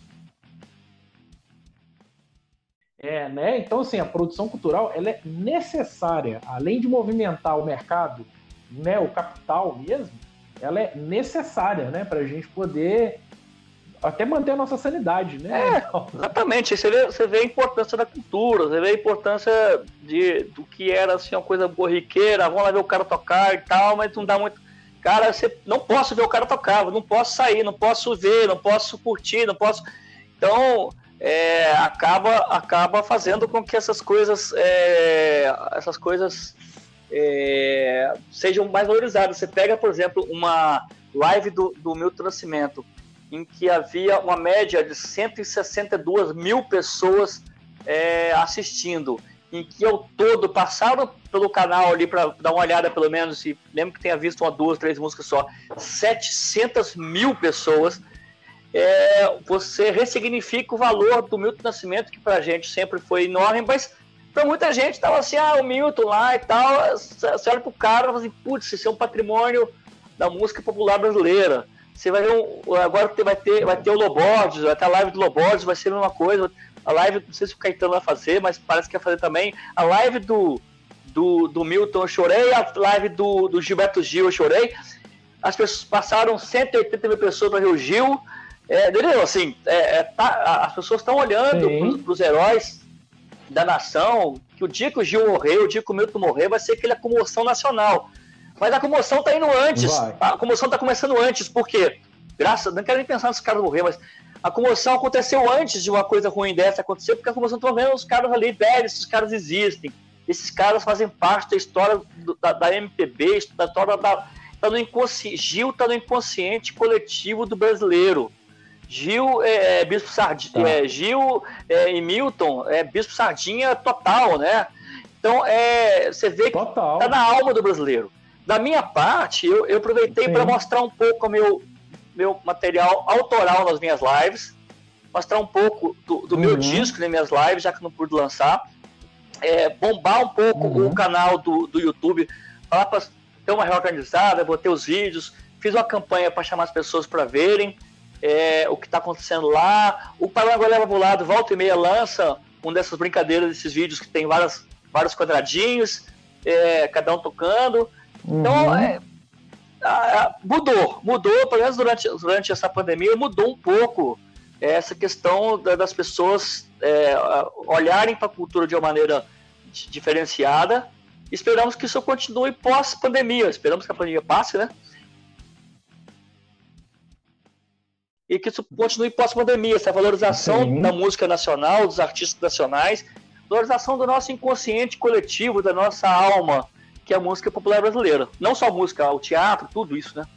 É, né? Então, assim, a produção cultural ela é necessária. Além de movimentar o mercado, né, o capital mesmo, ela é necessária, né, para a gente poder até manter a nossa sanidade, né?
É, exatamente. Você vê, você vê a importância da cultura, você vê a importância de, do que era assim, uma coisa corriqueira, vamos lá ver o cara tocar e tal, mas não dá muito. Cara, você não posso ver o cara tocar, não posso sair, não posso ver, não posso curtir, não posso. Então, é, acaba, acaba fazendo com que essas coisas, é, essas coisas é, sejam mais valorizadas. Você pega, por exemplo, uma live do, do Milton Nascimento, em que havia uma média de cento e sessenta e duas mil pessoas é, assistindo, em que ao todo passaram pelo canal ali para dar uma olhada pelo menos, e lembro que tenha visto uma, duas, três músicas só, setecentas mil pessoas, é, você ressignifica o valor do Milton Nascimento, que pra gente sempre foi enorme, mas pra muita gente tava assim, ah, o Milton lá e tal, você olha pro cara e fala assim, putz, isso é um patrimônio da música popular brasileira. Você vai ver um, agora vai ter, vai ter o Loborges, vai ter a live do Loborges, vai ser a mesma coisa. A live, não sei se o Caetano vai fazer, mas parece que vai fazer também. A live do, do, do Milton eu chorei, a live do, do Gilberto Gil eu chorei. As pessoas passaram cento e oitenta mil pessoas para ver o Gil. É, entendeu? Assim, é, é, tá, as pessoas estão olhando para os heróis da nação, que o dia que o Gil morrer, o dia que o Milton morrer, vai ser aquela comoção nacional. Mas a comoção tá indo antes. Vai. A comoção tá começando antes, porque, graças, não quero nem pensar nos caras morrer, mas a comoção aconteceu antes de uma coisa ruim dessa acontecer, porque a comoção tá vendo os caras ali velhos, esses caras existem. Esses caras fazem parte da história do, da, da M P B, da história da. Tá no inconsci... Gil tá no inconsciente coletivo do brasileiro. Gil é, é Bispo Sardinha, tá. é, Gil é, e Milton é Bispo Sardinha total, né? Então, é, você vê que total. Tá na alma do brasileiro. Da minha parte, eu, eu aproveitei para mostrar um pouco o meu, meu material autoral nas minhas lives, mostrar um pouco do, do uhum. meu disco nas minhas lives, já que não pude lançar, é, bombar um pouco uhum. o canal do, do YouTube, falar para ter uma reorganizada, botei os vídeos, fiz uma campanha para chamar as pessoas para verem é, o que está acontecendo lá. O Parango Leva pro Lado, volta e meia, lança uma dessas brincadeiras, desses vídeos que tem várias, vários quadradinhos, é, cada um tocando. Então, uhum. é, a, mudou, mudou, pelo menos durante, durante essa pandemia, mudou um pouco essa questão da, das pessoas é, olharem para a cultura de uma maneira diferenciada. Esperamos que isso continue pós-pandemia, esperamos que a pandemia passe, né? E que isso continue pós-pandemia, essa valorização Sim. da música nacional, dos artistas nacionais, valorização do nosso inconsciente coletivo, da nossa alma, que é a música popular brasileira. Não só a música, o teatro, tudo isso, né?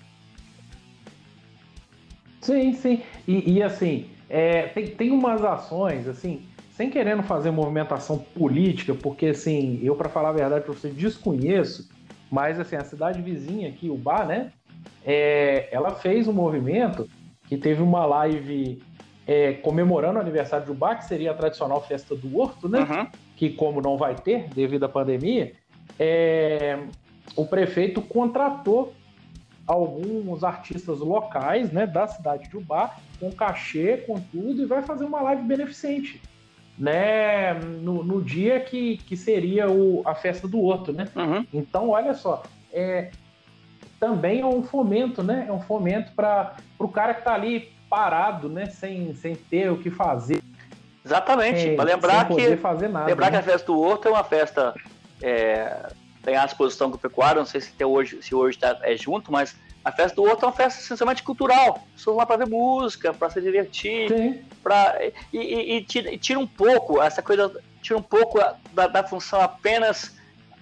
Sim, sim. E, e assim, é, tem, tem umas ações, assim, sem querendo fazer movimentação política, porque, assim, eu, para falar a verdade para você, desconheço, mas, assim, a cidade vizinha aqui, Ubá, né, é, ela fez um movimento que teve uma live é, comemorando o aniversário de Ubá, que seria a tradicional festa do Horto, né, uhum. que, como não vai ter, devido à pandemia, É, o prefeito contratou alguns artistas locais, né, da cidade de Ubá, com cachê, com tudo, e vai fazer uma live beneficente, né, no, no dia que, que seria o, a festa do Horto, né? Uhum. Então, olha só, é, também é um fomento, né? É um fomento para o cara que está ali parado, né, sem, sem ter o que fazer.
Exatamente,
é,
para lembrar que
fazer nada,
lembrar
né?
que a festa do Horto é uma festa é, tem a exposição agropecuária, não sei se até hoje se hoje tá, é junto, mas a festa do Horto é uma festa essencialmente cultural. As pessoas vão lá para ver música, para se divertir, para e, e, e, tira, e tira um pouco essa coisa, tira um pouco da, da função apenas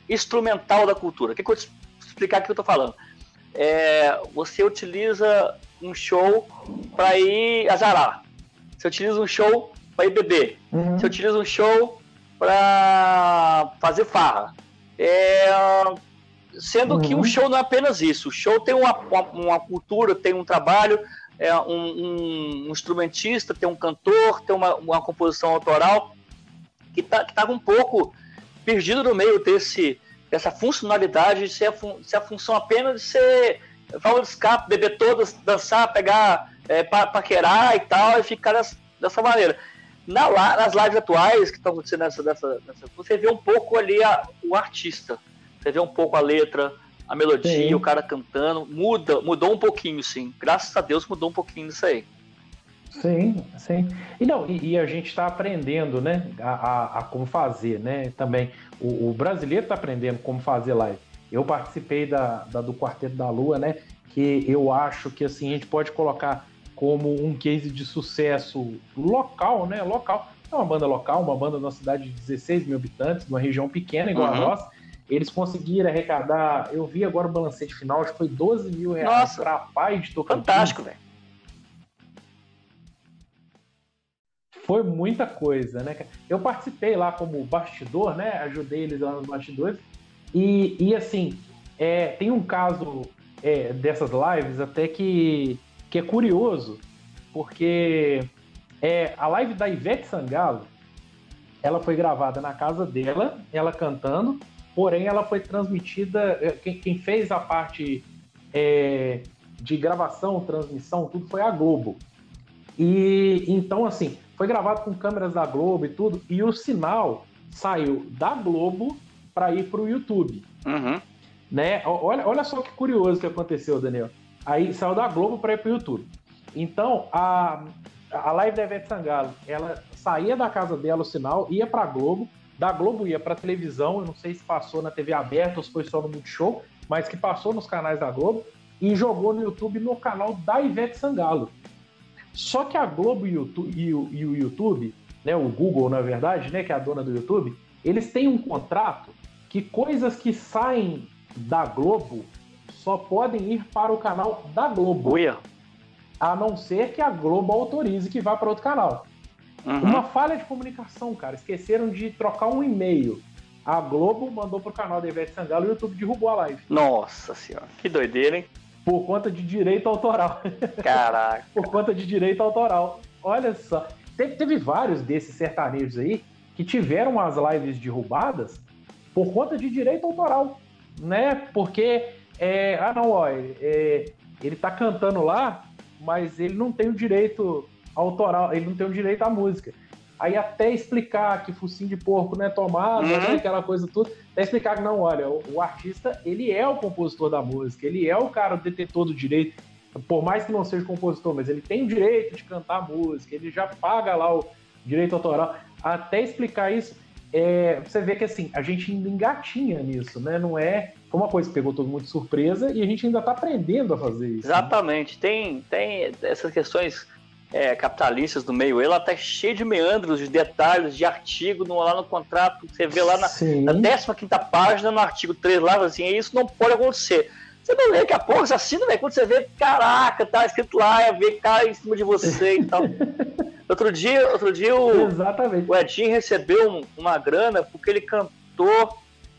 instrumental da cultura. O que, que eu vou explicar o que eu estou falando? É, você utiliza um show para ir azarar. Você utiliza um show para ir beber. Uhum. Você utiliza um show para fazer farra. É, sendo uhum. que o show não é apenas isso. O show tem uma, uma, uma cultura, tem um trabalho, é, um, um, um instrumentista, tem um cantor, tem uma, uma composição autoral que está que tá um pouco perdido no meio desse, dessa funcionalidade de ser a, fun, ser a função apenas de ser válvula de escape, beber todas, dançar, pegar, é, paquerar e tal, e ficar dessa, dessa maneira. Na, nas lives atuais que estão acontecendo nessa, nessa, nessa, você vê um pouco ali a, o artista, você vê um pouco a letra, a melodia, sim. o cara cantando, muda, mudou um pouquinho, sim. Graças a Deus mudou um pouquinho isso aí.
Sim, sim. E, não, e, e a gente está aprendendo, né, a, a, a como fazer, né, também. O, o brasileiro está aprendendo como fazer live. Eu participei da, da, do Quarteto da Lua, né, que eu acho que, assim, a gente pode colocar como um case de sucesso local, né, local. É uma banda local, uma banda numa cidade de dezesseis mil habitantes, numa região pequena igual uhum. a nossa. Eles conseguiram arrecadar, eu vi agora o balancete final, acho que foi doze mil reais para a Pai de Tocantins.
Fantástico, velho.
Foi muita coisa, né? Eu participei lá como bastidor, né? Ajudei eles lá nos bastidores. E, e assim, é, tem um caso é, dessas lives até que, que é curioso, porque é, a live da Ivete Sangalo, ela foi gravada na casa dela, ela cantando, porém ela foi transmitida, quem, quem fez a parte é, de gravação, transmissão, tudo foi a Globo. E então, assim, foi gravado com câmeras da Globo e tudo, e o sinal saiu da Globo para ir para o YouTube.
Uhum.
Né? Olha, olha só que curioso que aconteceu, Daniel. Aí saiu da Globo para ir para o YouTube. Então, a, a live da Ivete Sangalo, ela saía da casa dela o sinal, ia para a Globo, da Globo ia para a televisão, eu não sei se passou na T V aberta ou se foi só no Multishow, mas que passou nos canais da Globo e jogou no YouTube no canal da Ivete Sangalo. Só que a Globo e o, e o, e o YouTube, né, o Google, na verdade, né, que é a dona do YouTube, eles têm um contrato que coisas que saem da Globo só podem ir para o canal da Globo.
Uia.
A não ser que a Globo autorize que vá para outro canal. Uhum. Uma falha de comunicação, cara. Esqueceram de trocar um e-mail. A Globo mandou pro canal da Ivete Sangalo e o YouTube derrubou a live.
Nossa senhora, que doideira, hein?
Por conta de direito autoral.
Caraca.
Por conta de direito autoral. Olha só. Teve, teve vários desses sertanejos aí que tiveram as lives derrubadas por conta de direito autoral. Né? Porque, é, ah não, ó, é, ele tá cantando lá, mas ele não tem o direito autoral, ele não tem o direito à música. Aí até explicar que focinho de porco não é tomada, uhum. né, aquela coisa tudo, até explicar que não, olha, o, o artista, ele é o compositor da música, ele é o cara detentor do direito, por mais que não seja compositor, mas ele tem o direito de cantar a música, ele já paga lá o direito autoral. Até explicar isso, é, você vê que assim, a gente ainda engatinha nisso, né? Não é, foi uma coisa que pegou todo mundo de surpresa e a gente ainda está aprendendo a fazer isso.
Exatamente, né? tem, tem essas questões é, capitalistas no meio, ela tá cheia de meandros, de detalhes, de artigo no, lá no contrato, você vê lá na, na décima quinta página, no artigo três lá, assim, isso não pode acontecer. Você não lê, daqui a pouco, você assina, véio, quando você vê, caraca, tá escrito lá, é ver cara em cima de você e tal. Outro dia, outro dia o, o Edinho recebeu um, uma grana porque ele cantou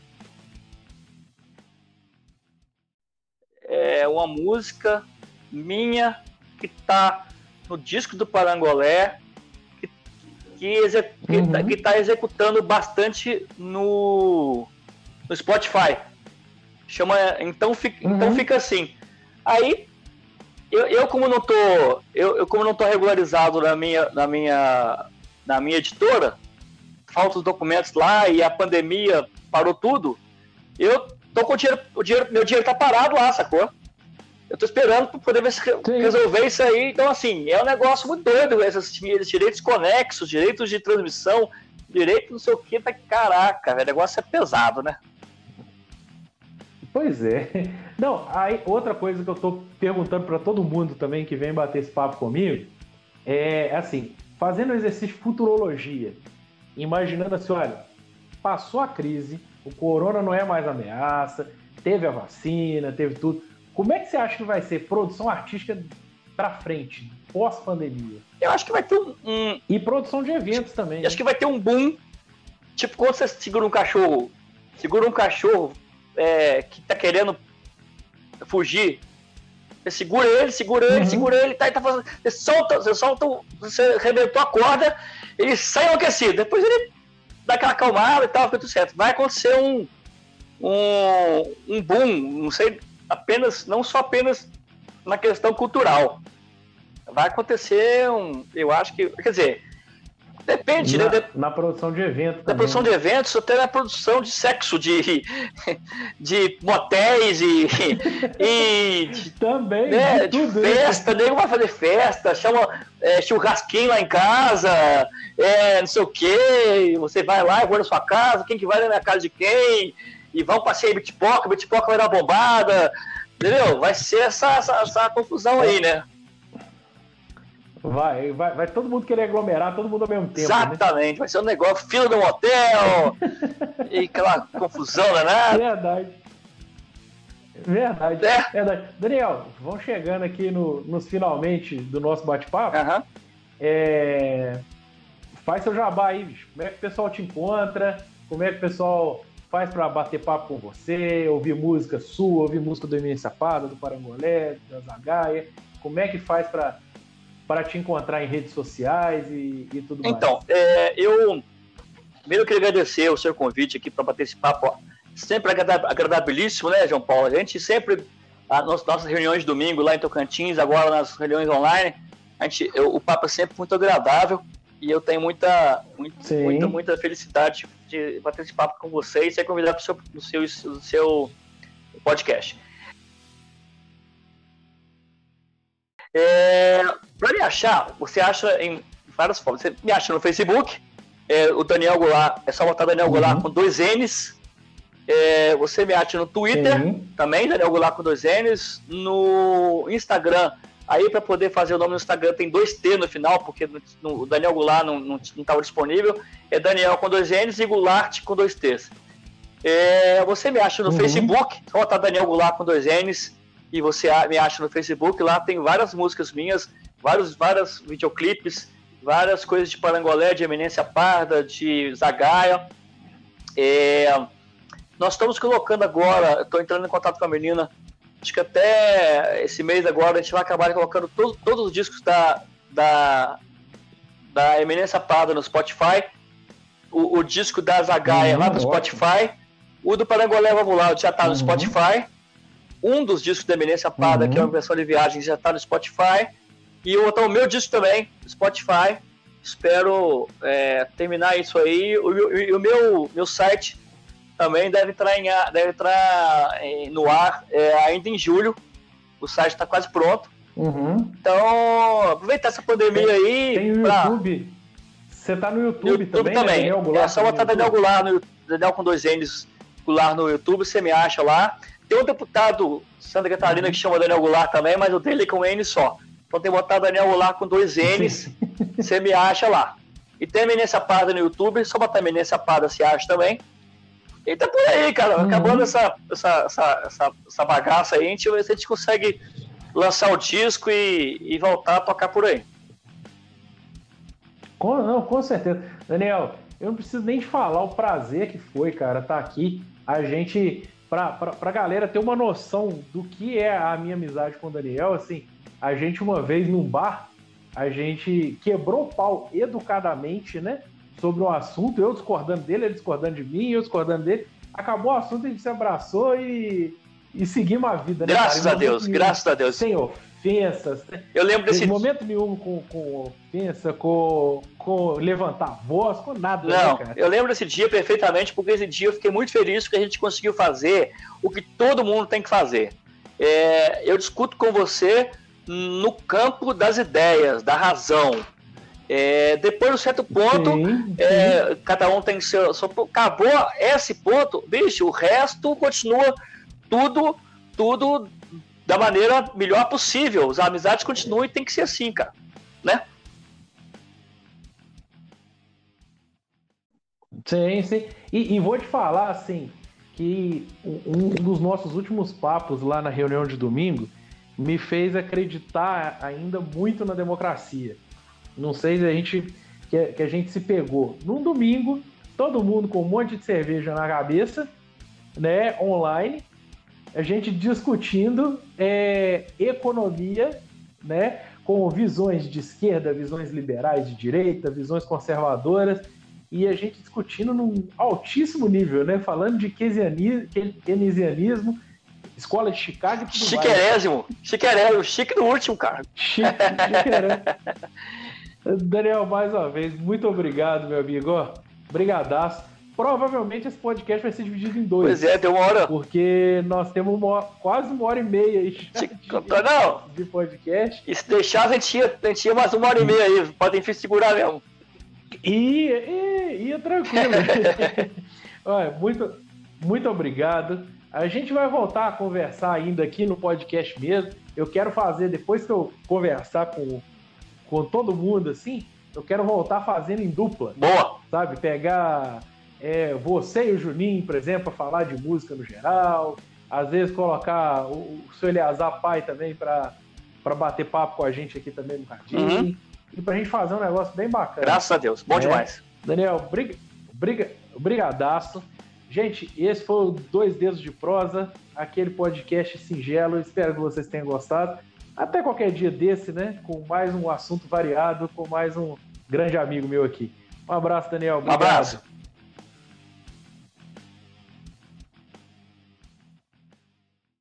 é, uma música minha que tá no disco do Parangolé, que, que, exec, uhum. que, tá, que tá executando bastante no, no Spotify. Chama, então, fica, uhum. então fica assim. Aí, eu, eu como não tô, eu, eu como não tô regularizado na minha, na minha, na minha editora, faltam os documentos lá e a pandemia parou tudo, eu tô com o dinheiro, o dinheiro, meu dinheiro tá parado lá, sacou? Eu tô esperando para poder ver se resolver isso aí. Então, assim, é um negócio muito doido, esses direitos conexos, direitos de transmissão, direito não sei o que, tá, caraca, velho, o negócio é pesado, né?
Pois é. Não, aí outra coisa que eu tô perguntando para todo mundo também que vem bater esse papo comigo é assim, fazendo exercício de futurologia, imaginando assim, olha, passou a crise, o corona não é mais ameaça, teve a vacina, teve tudo. Como é que você acha que vai ser produção artística para frente, pós-pandemia?
Eu acho que vai ter um, um...
E produção de eventos também.
Eu acho que vai ter um boom, tipo quando você segura um cachorro, segura um cachorro é, que tá querendo fugir, você segura ele, segura ele, uhum. segura ele, tá, e tá fazendo. Você solta, você solta, você arrebentou a corda, ele sai enlouquecido. Depois ele dá aquela acalmada e tal, fica tudo certo. Vai acontecer um, um, um boom, não sei, apenas, não só apenas na questão cultural. Vai acontecer um. Eu acho que. Quer dizer. Depende,
na,
né? De,
na produção de eventos.
Na
também.
produção de eventos, até na produção de sexo, de, de motéis e. e de,
também,
né,
de,
de festa, nego vai fazer festa, chama é, churrasquinho lá em casa, é, não sei o quê. Você vai lá, eu vou na sua casa, quem que vai na casa de quem? E vão passear em Bitpoca, Bitpoca vai dar bombada, entendeu? Vai ser essa, essa, essa confusão aí, né?
Vai, vai, vai todo mundo querer aglomerar, todo mundo ao mesmo tempo.
Exatamente, né? Vai ser um negócio, fila de um hotel, e aquela confusão, né?
Verdade. Verdade, é. verdade. Daniel, vamos chegando aqui no, nos finalmente do nosso bate-papo.
Uhum.
É... Faz seu jabá aí, bicho. Como é que o pessoal te encontra? Como é que o pessoal faz para bater papo com você, ouvir música sua, ouvir música do Emílio Sapada, do Parangolé, da Zagaia? Como é que faz para para te encontrar em redes sociais e, e tudo mais?
Então, é, eu primeiro queria agradecer o seu convite aqui para bater esse papo, ó, sempre agradabilíssimo, né, João Paulo? A gente sempre, as nossas reuniões de domingo lá em Tocantins, agora nas reuniões online, a gente, eu, o papo é sempre muito agradável e eu tenho muita, muita, muita, muita felicidade de bater esse papo com você e ser convidado para o seu, seu, seu podcast. É, para me achar, você acha em várias formas. Você me acha no Facebook, é, o Daniel Goulart, é só botar Daniel uhum. Goulart com dois N's. É, você me acha no Twitter, uhum. também, Daniel Goulart com dois N's. No Instagram, aí para poder fazer o nome no Instagram tem dois T no final, porque no, o Daniel Goulart não estava disponível. É Daniel com dois N's e Goulart com dois T's. É, você me acha no uhum. Facebook, só botar Daniel Goulart com dois N's. E você me acha no Facebook, lá tem várias músicas minhas, vários, vários videoclipes, várias coisas de Parangolé, de Eminência Parda, de Zagaia. É, nós estamos colocando agora, estou entrando em contato com a menina, acho que até esse mês agora a gente vai acabar colocando todo, todos os discos da, da, da Eminência Parda no Spotify, o, o disco da Zagaia uhum, lá no Spotify, o do Parangolé Vamos Lá já está no uhum. Spotify. Um dos discos da Eminência Parda, uhum. que é uma versão de viagem, já está no Spotify. E o, então, o meu disco também, Spotify. Espero é, terminar isso aí. E o, o meu, meu site também deve entrar, em, deve entrar em, no ar é, ainda em julho. O site está quase pronto.
Uhum.
Então, aproveitar essa pandemia
tem,
aí.
Tem o pra... YouTube. Você está no YouTube, YouTube também?
também.
Né? Daniel Goulart,
é só botar Daniel Goulart, no, Daniel com dois N's Goulart no YouTube, você me acha lá. Tem um deputado Santa Catarina que chama Daniel Goulart também, mas o dele é com N só. Então tem que botar Daniel Goulart com dois N's, você me acha lá. E tem a Eminência Parda no YouTube, só botar Eminência Parda, se acha também. E tá por aí, cara. Uhum. Acabando essa, essa, essa, essa, essa bagaça aí, a gente vai ver se a gente consegue lançar o disco e, e voltar a tocar por aí.
Com, não, com certeza. Daniel, eu não preciso nem te falar o prazer que foi, cara, tá aqui. A gente... Pra, pra, pra galera ter uma noção do que é a minha amizade com o Daniel, assim, a gente uma vez num bar, a gente quebrou o pau educadamente, né, sobre o assunto, eu discordando dele, ele discordando de mim, eu discordando dele, acabou o assunto, a gente se abraçou e, e seguimos a vida, né?
Graças a Deus,
nenhum,
graças a Deus.
Sem ofensas.
Eu lembro desse...
Em momento nenhum com, com ofensa, com, com levantar voz, com nada.
Não,
né, cara?
Eu lembro desse dia perfeitamente, porque esse dia eu fiquei muito feliz porque a gente conseguiu fazer o que todo mundo tem que fazer. É, eu discuto com você no campo das ideias, da razão. É, depois de um certo ponto, sim, sim. É, cada um tem seu, seu... Acabou esse ponto, bicho, o resto continua tudo, tudo da maneira melhor possível. As amizades continuam e tem que ser assim, cara. Né?
Sim, sim. E, e vou te falar, assim, que um dos nossos últimos papos lá na reunião de domingo me fez acreditar ainda muito na democracia. Não sei se a gente, que, que a gente se pegou. Num domingo, todo mundo com um monte de cerveja na cabeça, né, online, a gente discutindo é, economia, né, com visões de esquerda, visões liberais de direita, visões conservadoras, e a gente discutindo num altíssimo nível, né, falando de keynesianismo, escola de Chicago e tudo
Chiquerésimo, mais. Chiquerésimo, chique no último, cara.
Chique, chiquerésimo. Daniel, mais uma vez, muito obrigado, meu amigo. Brigadaço. Provavelmente esse podcast vai ser dividido em dois.
Pois é, deu uma hora.
Porque nós temos uma, quase uma hora e meia aí de,
não.
de podcast.
E se deixar, a gente tinha, a gente tinha mais uma hora e meia aí. Podem segurar mesmo.
Ia, ia, ia tranquilo. Olha, muito, muito obrigado. A gente vai voltar a conversar ainda aqui no podcast mesmo. Eu quero fazer, depois que eu conversar com, com todo mundo, assim, eu quero voltar fazendo em dupla.
Boa!
Sabe, pegar é, você e o Juninho, por exemplo, para falar de música no geral. Às vezes colocar o, o seu Eleazar Pai também para bater papo com a gente aqui também no Radinho. Uhum. E pra gente fazer um negócio bem bacana.
Graças a Deus, bom é. demais.
Daniel, briga, briga, brigadaço. Gente, esse foi o Dois Dedos de Prosa, aquele podcast singelo. Espero que vocês tenham gostado. Até qualquer dia desse, né? Com mais um assunto variado, com mais um grande amigo meu aqui. Um abraço, Daniel.
Obrigado. Um abraço.